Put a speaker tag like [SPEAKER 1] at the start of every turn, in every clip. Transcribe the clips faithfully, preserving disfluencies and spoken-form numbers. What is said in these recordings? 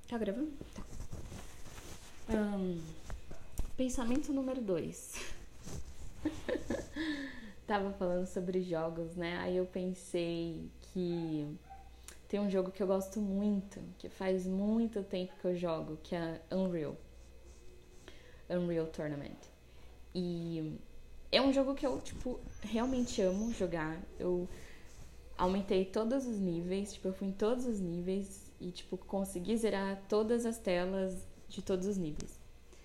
[SPEAKER 1] Tá gravando? Tá. Ahn, pensamento número dois. Tava falando sobre jogos, né? Aí eu pensei que tem um jogo que eu gosto muito, que faz muito tempo que eu jogo, que é Unreal. Unreal Tournament. E é um jogo que eu, tipo, realmente amo jogar. Eu aumentei todos os níveis, tipo, eu fui em todos os níveis e, tipo, consegui zerar todas as telas de todos os níveis.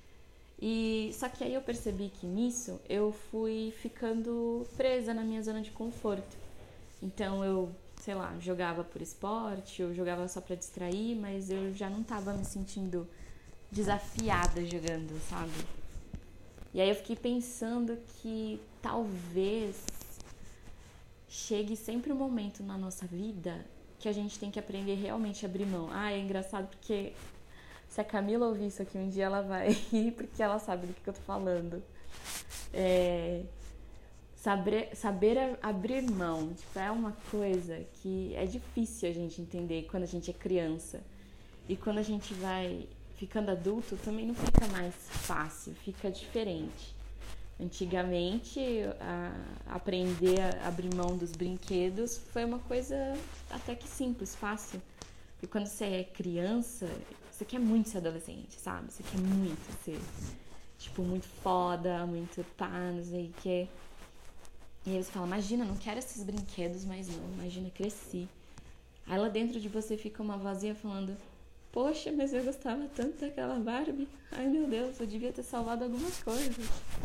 [SPEAKER 1] E só que aí eu percebi que nisso eu fui ficando presa na minha zona de conforto. Então eu, sei lá, jogava por esporte, eu jogava só pra distrair, mas eu já não tava me sentindo desafiada jogando, sabe? E aí eu fiquei pensando que talvez chegue sempre um momento na nossa vida que a gente tem que aprender realmente a abrir mão. Ah, é engraçado porque se a Camila ouvir isso aqui um dia, ela vai rir porque ela sabe do que eu tô falando. É, saber, saber abrir mão, tipo, é uma coisa que é difícil a gente entender quando a gente é criança. E quando a gente vai ficando adulto, também não fica mais fácil, fica diferente. Antigamente, a, aprender a abrir mão dos brinquedos foi uma coisa até que simples, fácil. E quando você é criança, você quer muito ser adolescente, sabe? Você quer muito ser, tipo, muito foda, muito pá, não sei o que. E aí você fala, imagina, não quero esses brinquedos mais não, imagina, cresci. Aí lá dentro de você fica uma vozinha falando, poxa, mas eu gostava tanto daquela Barbie. Ai, meu Deus, eu devia ter salvado alguma coisa.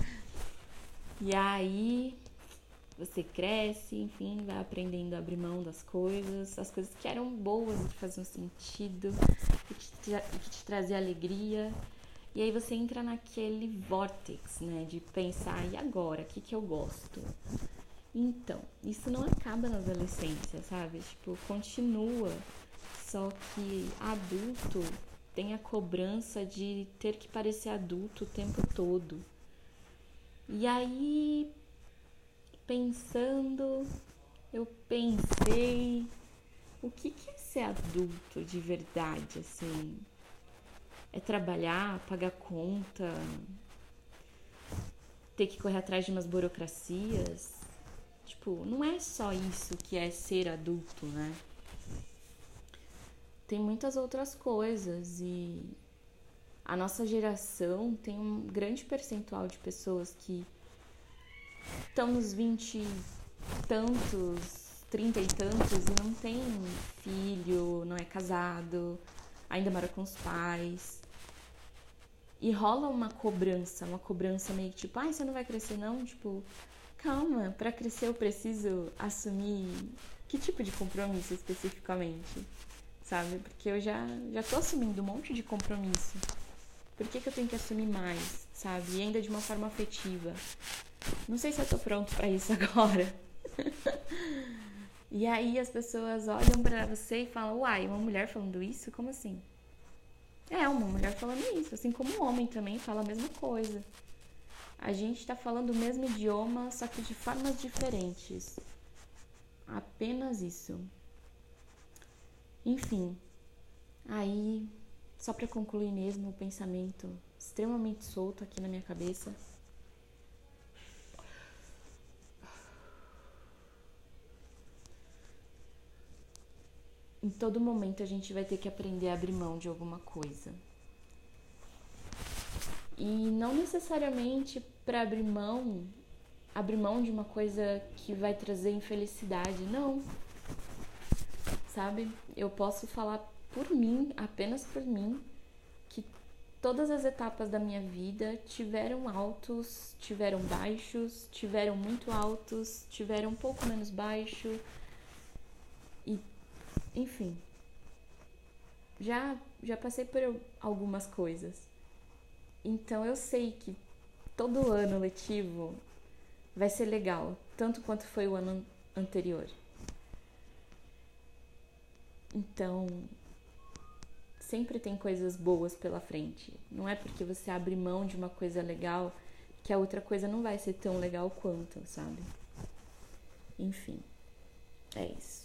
[SPEAKER 1] E aí você cresce, enfim, vai aprendendo a abrir mão das coisas, as coisas que eram boas, que faziam sentido, que te, que te traziam alegria. E aí você entra naquele vórtex, né, de pensar, e agora, o que que eu gosto? Então, isso não acaba na adolescência, sabe? Tipo, continua, só que adulto tem a cobrança de ter que parecer adulto o tempo todo. E aí, pensando, eu pensei, o que que é ser adulto de verdade, assim? É trabalhar, pagar conta, ter que correr atrás de umas burocracias? Tipo, não é só isso que é ser adulto, né? Tem muitas outras coisas e a nossa geração tem um grande percentual de pessoas que estão nos vinte e tantos, trinta e tantos e não tem filho, não é casado, ainda mora com os pais. E rola uma cobrança, uma cobrança meio que tipo, ai, você não vai crescer não? Tipo, calma, pra crescer eu preciso assumir que tipo de compromisso especificamente, sabe? Porque eu já, já tô assumindo um monte de compromisso. Por que que eu tenho que assumir mais, sabe? E ainda de uma forma afetiva. Não sei se eu tô pronto pra isso agora. E aí as pessoas olham pra você e falam, uai, uma mulher falando isso? Como assim? É, uma mulher falando isso, assim como um homem também fala a mesma coisa. A gente tá falando o mesmo idioma, só que de formas diferentes. Apenas isso. Enfim, aí, só pra concluir mesmo o pensamento extremamente solto aqui na minha cabeça. Em todo momento a gente vai ter que aprender a abrir mão de alguma coisa. E não necessariamente para abrir mão, abrir mão de uma coisa que vai trazer infelicidade, não. Sabe? Eu posso falar por mim, apenas por mim, que todas as etapas da minha vida tiveram altos, tiveram baixos, tiveram muito altos, tiveram um pouco menos baixo. E, enfim, já, já passei por algumas coisas. Então eu sei que todo ano letivo vai ser legal, tanto quanto foi o ano anterior. Então, sempre tem coisas boas pela frente. Não é porque você abre mão de uma coisa legal que a outra coisa não vai ser tão legal quanto, sabe? Enfim, é isso.